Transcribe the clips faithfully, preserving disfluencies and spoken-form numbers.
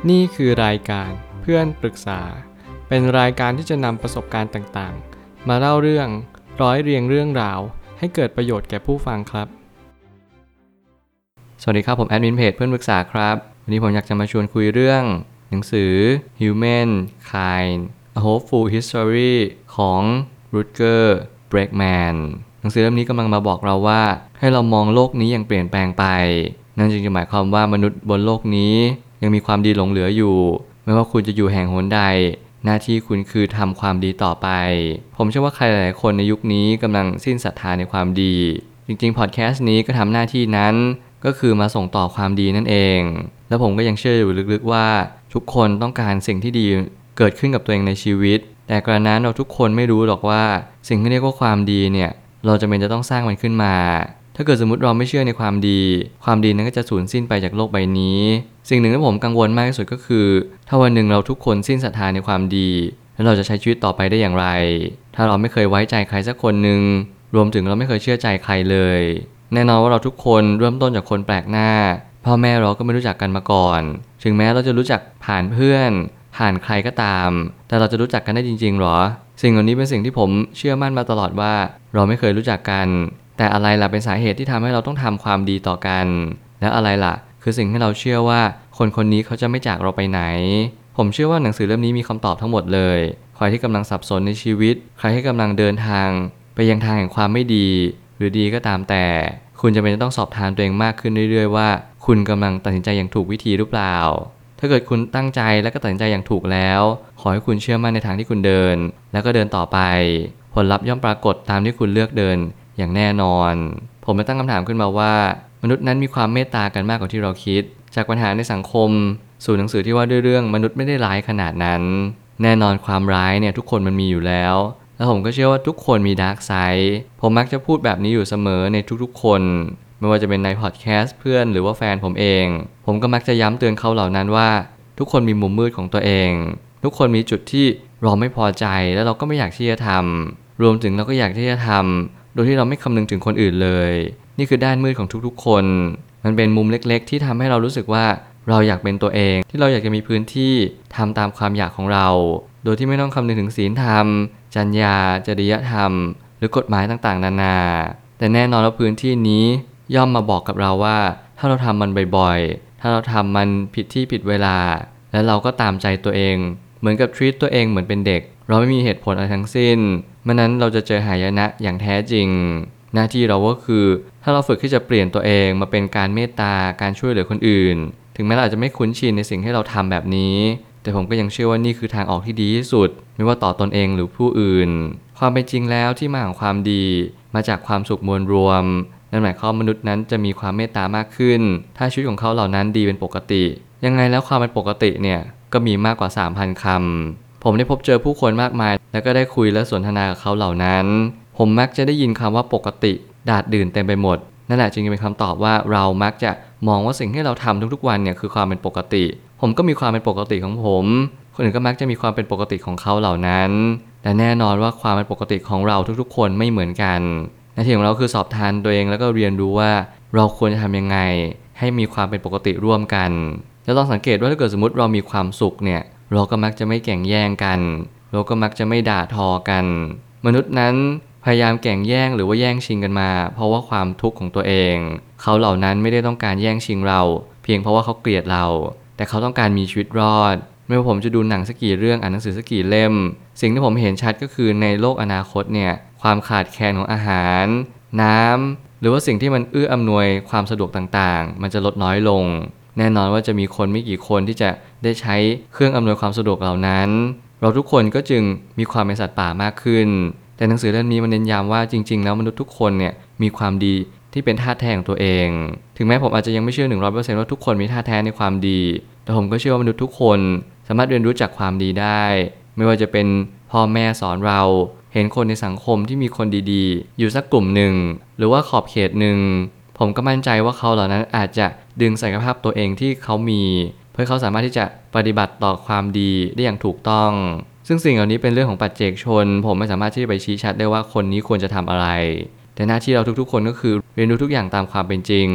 นี่คือรายการเพื่อนปรึกษาเป็นรายการที่จะนำประสบการณ์ต่างๆมาเล่าเรื่องร้อยเรียงเรื่องราวให้เกิดประโยชน์แก่ผู้ฟังครับสวัสดีครับผมแอดมินเพจเพื่อนปรึกษาครับวันนี้ผมอยากจะมาชวนคุยเรื่องหนังสือ Humankind A Hopeful History ของ Rutger Bregman หนังสือเล่มนี้กำลังมาบอกเราว่าให้เรามองโลกนี้อย่างเปลี่ยนแปลงไปนั่นจึงจะหมายความว่ามนุษย์บนโลกนี้ยังมีความดีหลงเหลืออยู่ไม่ว่าคุณจะอยู่แห่งหนใดหน้าที่คุณคือทำความดีต่อไปผมเชื่อว่าใครหลายๆคนในยุคนี้กำลังสิ้นศรัทธาในความดีจริงๆพอดแคสต์นี้ก็ทำหน้าที่นั้นก็คือมาส่งต่อความดีนั่นเองแล้วผมก็ยังเชื่ออยู่ลึกๆว่าทุกคนต้องการสิ่งที่ดีเกิดขึ้นกับตัวเองในชีวิตแต่กระนั้นเราทุกคนไม่รู้หรอกว่าสิ่งที่เรียกว่าความดีเนี่ยเราจำเป็นจะต้องสร้างมันขึ้นมาถ้าเกิดสมมติเราไม่เชื่อในความดีความดีนั้นก็จะสูญสิ้นไปจากโลกใบนี้สิ่งหนึ่งที่ผมกังวลมากที่สุดก็คือถ้าวันหนึ่งเราทุกคนสิ้นศรัทธาในความดีแล้วเราจะใช้ชีวิตต่อไปได้อย่างไรถ้าเราไม่เคยไว้ใจใครสักคนหนึ่งรวมถึงเราไม่เคยเชื่อใจใครเลยแน่นอนว่าเราทุกคนเริ่มต้นจากคนแปลกหน้าพ่อแม่เราก็ไม่รู้จักกันมาก่อนถึงแม้เราจะรู้จักผ่านเพื่อนผ่านใครก็ตามแต่เราจะรู้จักกันได้จริงๆหรอสิ่งเหล่านี้เป็นสิ่งที่ผมเชื่อมั่นมาตลอดว่าเราไม่เคยรู้จักกันแต่อะไรล่ะเป็นสาเหตุที่ทำให้เราต้องทำความดีต่อกันแล้วอะไรล่ะคือสิ่งที่เราเชื่อว่าคนคนนี้เขาจะไม่จากเราไปไหนผมเชื่อว่าหนังสือเล่มนี้มีคำตอบทั้งหมดเลยใครที่กำลังสับสนในชีวิตใครที่กำลังเดินทางไปยังทางแห่งความไม่ดีหรือดีก็ตามแต่คุณจะเป็นต้องสอบทานตัวเองมากขึ้นเรื่อยๆว่าคุณกำลังตัดสินใจอย่างถูกวิธีหรือเปล่าถ้าเกิดคุณตั้งใจและก็ตัดสินใจอย่างถูกแล้วขอให้คุณเชื่อมั่นในทางที่คุณเดินแล้วก็เดินต่อไปผลลัพธ์ย่อมปรากฏตามที่คุณเลือกเดินอย่างแน่นอนผมเลยตั้งคำถามขึ้นมาว่ามนุษย์นั้นมีความเมตตากันมากกว่าที่เราคิดจากปัญหาในสังคมสู่หนังสือที่ว่าด้วยเรื่องมนุษย์ไม่ได้ร้ายขนาดนั้นแน่นอนความร้ายเนี่ยทุกคนมันมีอยู่แล้วแล้วผมก็เชื่อว่าทุกคนมีดาร์กไซด์ผมมักจะพูดแบบนี้อยู่เสมอในทุกๆคนไม่ว่าจะเป็นในพอดแคสต์เพื่อนหรือว่าแฟนผมเองผมก็มักจะย้ำเตือนเขาเหล่านั้นว่าทุกคนมีมุมมืดของตัวเองทุกคนมีจุดที่เราไม่พอใจแล้วเราก็ไม่อยากที่จะทำรวมถึงเราก็อยากที่จะทำโดยที่เราไม่คำนึงถึงคนอื่นเลยนี่คือด้านมืดของทุกๆคนมันเป็นมุมเล็กๆที่ทำให้เรารู้สึกว่าเราอยากเป็นตัวเองที่เราอยากจะมีพื้นที่ทำตามความอยากของเราโดยที่ไม่ต้องคำนึงถึงศีลธรรมจรรยาจริยธรรมหรือกฎหมายต่างๆนานาแต่แน่นอนว่าพื้นที่นี้ย่อมมาบอกกับเราว่าถ้าเราทำมันบ่อยๆถ้าเราทำมันผิดที่ผิดเวลาแล้วเราก็ตามใจตัวเองเหมือนกับ treat ตัวเองเหมือนเป็นเด็กเราไม่มีเหตุผลอะไรทั้งสิ้นเมื่อนั้นเราจะเจอหายนะอย่างแท้จริงหน้าที่เราก็คือถ้าเราฝึกที่จะเปลี่ยนตัวเองมาเป็นการเมตตาการช่วยเหลือคนอื่นถึงแม้เราอาจจะไม่คุ้นชินในสิ่งที่เราทำแบบนี้แต่ผมก็ยังเชื่อว่านี่คือทางออกที่ดีที่สุดไม่ว่าต่อตนเองหรือผู้อื่นความเป็นจริงแล้วที่มาของความดีมาจากความสุขมวลรวมนั่นหมายความว่ามนุษย์นั้นจะมีความเมตตามากขึ้นถ้าชีวิตของเขาเหล่านั้นดีเป็นปกติยังไงแล้วความเป็นปกติเนี่ยก็มีมากกว่า สามพัน คำผมได้พบเจอผู้คนมากมายแล้วก็ได้คุยและสนทนากับเขาเหล่านั้นผมมักจะได้ยินคำว่าปกติดาดดื่นเต็มไปหมดนั่นแหละจึงเป็นคำตอบว่าเรามักจะมองว่าสิ่งที่เราทำทุกๆวันเนี่ยคือความเป็นปกติผมก็มีความเป็นปกติของผมคนอื่นก็มักจะมีความเป็นปกติของเขาเหล่านั้นแต่แน่นอนว่าความเป็นปกติของเราทุกๆคนไม่เหมือนกันหน้าที่ของเราคือสอบทานตัวเองแล้วก็เรียนรู้ว่าเราควรจะทำยังไงให้มีความเป็นปกติร่วมกันแล้วลองสังเกตว่าถ้าเกิดสมมติเรามีความสุขเนี่ยเราก็มักจะไม่แข่งแย่งกันเราก็มักจะไม่ด่าทอกันมนุษย์นั้นพยายามแข่งแย่งหรือว่าแย่งชิงกันมาเพราะว่าความทุกข์ของตัวเองเขาเหล่านั้นไม่ได้ต้องการแย่งชิงเราเพียงเพราะว่าเขาเกลียดเราแต่เขาต้องการมีชีวิตรอดไม่ว่าผมจะดูหนังสักกี่เรื่องอ่านหนังสือสักกี่เล่มสิ่งที่ผมเห็นชัดก็คือในโลกอนาคตเนี่ยความขาดแคลนของอาหารน้ำหรือว่าสิ่งที่มันเอื้ออำนวยความสะดวกต่างๆมันจะลดน้อยลงแน่นอนว่าจะมีคนไม่กี่คนที่จะได้ใช้เครื่องอำนวยความสะดวกเหล่านั้นเราทุกคนก็จึงมีความเป็นสัตว์ป่ามากขึ้นแต่หนังสือเล่มนี้มันเน้นย้ำว่าจริงๆแล้วมนุษย์ทุกคนเนี่ยมีความดีที่เป็นธาตุแท้ของตัวเองถึงแม้ผมอาจจะยังไม่เชื่อ หนึ่งร้อยเปอร์เซ็นต์ ว่าทุกคนมีธาตุแท้ในความดีแต่ผมก็เชื่อว่ามนุษย์ทุกคนสามารถเรียนรู้จากความดีได้ไม่ว่าจะเป็นพ่อแม่สอนเราเห็นคนในสังคมที่มีคนดีๆอยู่สักกลุ่มหนึ่งหรือว่าขอบเขตหนึ่งผมก็มั่นใจว่าเขาเหล่านั้นอาจจะดึงศักยภาพตัวเองที่เขามีเพื่อเขาสามารถที่จะปฏิบัติต่อความดีได้อย่างถูกต้องซึ่งสิ่งเหล่านี้เป็นเรื่องของปัจเจกชนผมไม่สามารถที่จะไปชี้ชัดได้ว่าคนนี้ควรจะทำอะไรแต่หน้าที่เราทุกๆคนก็คือเรียนรู้ทุกอย่างตามความเป็นจริง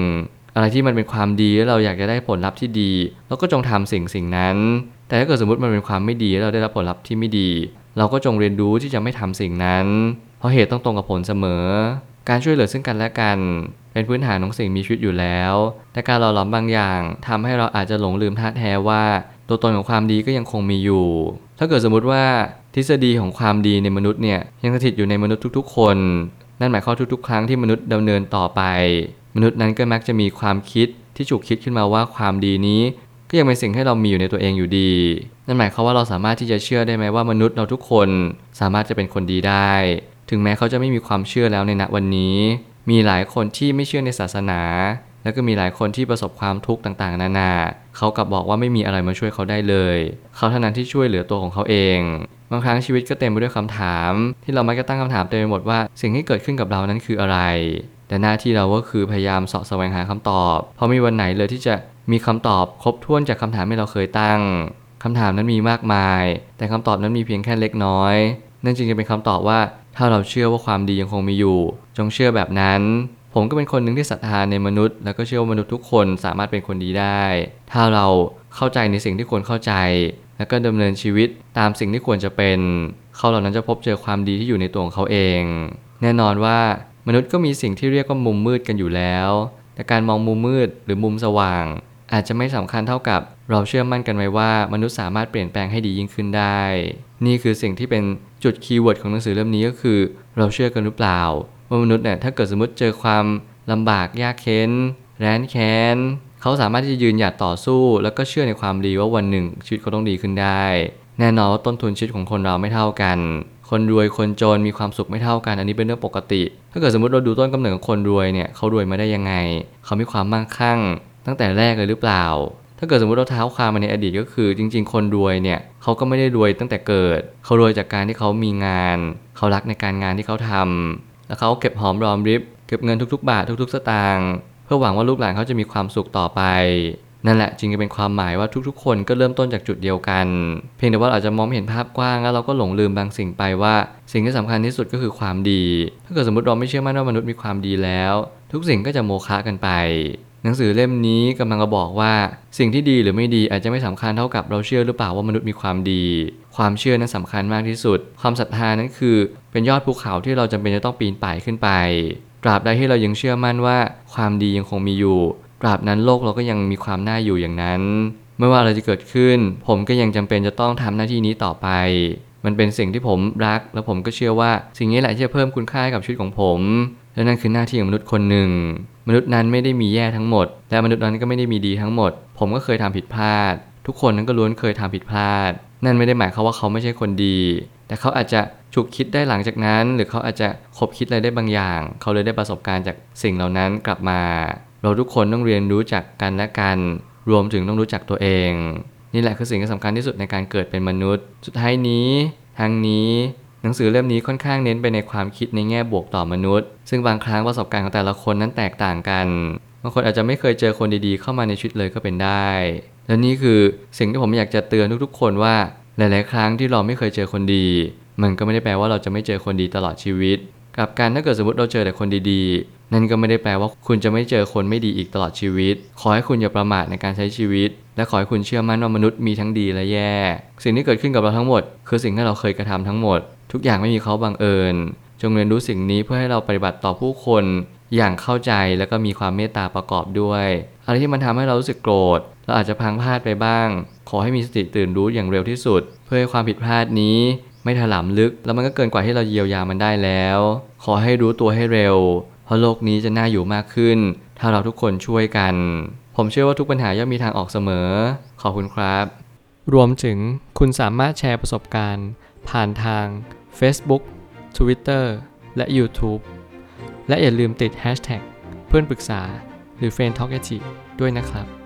อะไรที่มันเป็นความดีแล้วเราอยากจะได้ผลลัพธ์ที่ดีเราก็จงทำสิ่งสิ่งนั้นแต่ถ้าเกิดสมมติมันเป็นความไม่ดีแล้วเราได้รับผลลัพธ์ที่ไม่ดีเราก็จงเรียนรู้ที่จะไม่ทำสิ่งนั้นเพราะเหตุต้องตรงกับผลเสมอการช่วยเหลือซึ่งกันและกันเป็นพื้นฐานของสิ่งมีชีวิตอยู่แล้วแต่การหล่อหลอมบางอย่างทำให้เราอาจจะหลงลืมท่าแท้ว่าตัวตนของความดีก็ยังคงมีอยู่ถ้าเกิดสมมติว่าทฤษฎีของความดีในมนุษย์เนี่ยยังสถิตอยู่ในมนุษย์ทุกๆคนนั่นหมายความทุกๆครั้งที่มนุษย์ดำเนินต่อไปมนุษย์นั้นก็มักจะมีความคิดที่ฉุกคิดขึ้นมาว่าความดีนี้ก็ยังเป็นสิ่งที่เรามีอยู่ในตัวเองอยู่ดีนั่นหมายความว่าเราสามารถที่จะเชื่อได้ไหมว่ามนุษย์เราทุกคนสามารถจะเป็นคนดีได้ถึงแม้เขาจะไม่มีความเชื่อแล้วในณวันนี้มีหลายคนที่ไม่เชื่อในศาสนาแล้วก็มีหลายคนที่ประสบความทุกข์ต่างๆนานาเขากลับบอกว่าไม่มีอะไรมาช่วยเขาได้เลยเขาเท่านั้นที่ช่วยเหลือตัวของเขาเองบางครั้งชีวิตก็เต็มไปด้วยคำถามที่เรามักจะตั้งคำถามเต็มไปหมดว่าสิ่งที่เกิดขึ้นกับเรานั้นคืออะไรแต่หน้าที่เราก็คือพยายามเสาะแสวงหาคำตอบเพราะมีวันไหนเลยที่จะมีคำตอบครบถ้วนจากคำถามที่เราเคยตั้งคำถามนั้นมีมากมายแต่คำตอบนั้นมีเพียงแค่เล็กน้อยนั่นจึงจะเป็นคำตอบว่าถ้าเราเชื่อว่าความดียังคงมีอยู่จงเชื่อแบบนั้นผมก็เป็นคนหนึ่งที่ศรัทธาในมนุษย์แล้วก็เชื่อว่ามนุษย์ทุกคนสามารถเป็นคนดีได้ถ้าเราเข้าใจในสิ่งที่ควรเข้าใจแล้วก็ดำเนินชีวิตตามสิ่งที่ควรจะเป็นเขาเหล่านั้นจะพบเจอความดีที่อยู่ในตัวของเขาเองแน่นอนว่ามนุษย์ก็มีสิ่งที่เรียกว่ามุมมืดกันอยู่แล้วแต่การมองมุมมืดหรือมุมสว่างอาจจะไม่สำคัญเท่ากับเราเชื่อมั่นกันไว้ว่ามนุษย์สามารถเปลี่ยนแปลงให้ดียิ่งขึ้นได้นี่คือสิ่งที่เป็นจุดคีย์เวิร์ดของหนังสือเล่มนี้ก็คือเราเชื่อกันหรือเปล่าว่ามนุษย์เนี่ยถ้าเกิดสมมติเจอความลำบากยากเข็ญแร้นแค้นเขาสามารถที่จะยืนหยัดต่อสู้แล้วก็เชื่อในความดีว่าวันหนึ่งชีวิตเขาต้องดีขึ้นได้แน่นอนว่าต้นทุนชีวิตของคนเราไม่เท่ากันคนรวยคนจนมีความสุขไม่เท่ากันอันนี้เป็นเรื่องปกติถ้าเกิดสมมติเราดูต้นกำเนิดของคนรวยเนี่ยเขารวยมาได้ยังไงเขามีความมั่งคั่งตั้งแต่แรกเลยหรือเปล่าถ้าเกิดสมมติเราเท้าความมาในอดีตก็คือจริงๆคนรวยเนี่ยเขาก็ไม่ได้รวยตั้งแต่เกิดเขารวยจากการที่เขามีงานเขารักในการงานที่เขาทำแล้วเขาเก็บหอมรอมริบเก็บเงินทุกๆบาททุกๆสตางค์เพื่อหวังว่าลูกหลานเขาจะมีความสุขต่อไปนั่นแหละจึงจะเป็นความหมายว่าทุกๆคนก็เริ่มต้นจากจุดเดียวกันเพียงแต่ว่าเราอาจจะมองไม่เห็นภาพกว้างแล้วเราก็หลงลืมบางสิ่งไปว่าสิ่งที่สำคัญที่สุดก็คือความดีถ้าเกิดสมมติเราไม่เชื่อมั่นว่ามนุษย์มีความดีแล้วทุกสิ่งก็จะโมฆะกันไปหนังสือเล่มนี้กำลังจะบอกว่าสิ่งที่ดีหรือไม่ดีอาจจะไม่สำคัญเท่ากับเราเชื่อหรือเปล่าว่ามนุษย์มีความดีความเชื่อนั้นสำคัญมากที่สุดความศรัทธานั้นคือเป็นยอดภูเขาที่เราจำเป็นจะต้องปีนป่ายขึ้นไปตราบใดที่เรายังเชื่อมั่นว่าความดียังคงมีอยู่ตราบนั้นโลกเราก็ยังมีความน่าอยู่อย่างนั้นไม่ว่าอะไรจะเกิดขึ้นผมก็ยังจำเป็นจะต้องทำหน้าที่นี้ต่อไปมันเป็นสิ่งที่ผมรักและผมก็เชื่อว่าสิ่งนี้แหละที่จะเพิ่มคุณค่าให้กับชีวิตของผมและนั่นคือหน้าที่ของมนุษย์คนหนึ่งมนุษย์นั้นไม่ได้มีแย่ทั้งหมดและมนุษย์นั้นก็ไม่ได้มีดีทั้งหมดผมก็เคยทำผิดพลาดทุกคนนั้นก็ล้วนเคยทำผิดพลาดนั่นไม่ได้หมายความว่าเขาไม่ใช่คนดีแต่เขาอาจจะฉุกคิดได้หลังจากนั้นหรือเขาอาจจะคบคิดอะไรได้บางอย่างเขาเลยได้ประสบการณ์จากสิ่งเหล่านั้นกลับมาเราทุกคนต้องเรียนรู้จักกันและกันรวมถึงต้องรู้จักตัวเองนี่แหละคือสิ่งที่สำคัญที่สุดในการเกิดเป็นมนุษย์สุดท้ายนี้ทางนี้หนังสือเล่มนี้ค่อนข้างเน้นไปในความคิดในแง่บวกต่อมนุษย์ซึ่งบางครั้งประสบการณ์ของแต่ละคนนั้นแตกต่างกันบางคนอาจจะไม่เคยเจอคนดีๆเข้ามาในชีวิตเลยก็เป็นได้และนี่คือสิ่งที่ผมอยากจะเตือนทุกๆคนว่าหลายๆครั้งที่เราไม่เคยเจอคนดีมันก็ไม่ได้แปลว่าเราจะไม่เจอคนดีตลอดชีวิตกลับกันถ้าเกิดสมมติเราเจอแต่คนดีๆนั่นก็ไม่ได้แปลว่าคุณจะไม่เจอคนไม่ดีอีกตลอดชีวิตขอให้คุณอย่าประมาทในการใช้ชีวิตและขอให้คุณเชื่อมั่นว่ามนุษย์มีทั้งดีและแย่สิ่งที่เกิดขึ้นกับเราทั้งหมดคือสิ่งที่เราเคยกระทำทั้งหมดทุกอย่างไม่มีเขาบังเอิญจงเรียนรู้สิ่งนี้เพื่อให้เราปฏิบัติต่อผู้คนอย่างเข้าใจและก็มีความเมตตาประกอบด้วยอะไรที่มันทำให้เรารู้สึกโกรธเราอาจจะพลั้งพลาดไปบ้างขอให้มีสติตื่นรู้อย่างเร็วที่สุดเพื่อให้ความผิดพลาดนี้ไม่ถลำลึกแล้วมันก็เกินกว่าที่เราเยียวยามันได้แล้วขอให้รู้ตัวให้เร็วเพราะโลกนี้จะน่าอยู่มากขึ้นถ้าเราทุกคนช่วยกันผมเชื่อว่าทุกปัญหาย่อมมีทางออกเสมอขอบคุณครับรวมถึงคุณสามารถแชร์ประสบการณ์ผ่านทาง Facebook Twitter และ YouTube และอย่าลืมติด แฮชแท็ก เพื่อนปรึกษาหรือ เฟรนด์ ทอล์ก ด้วยนะครับ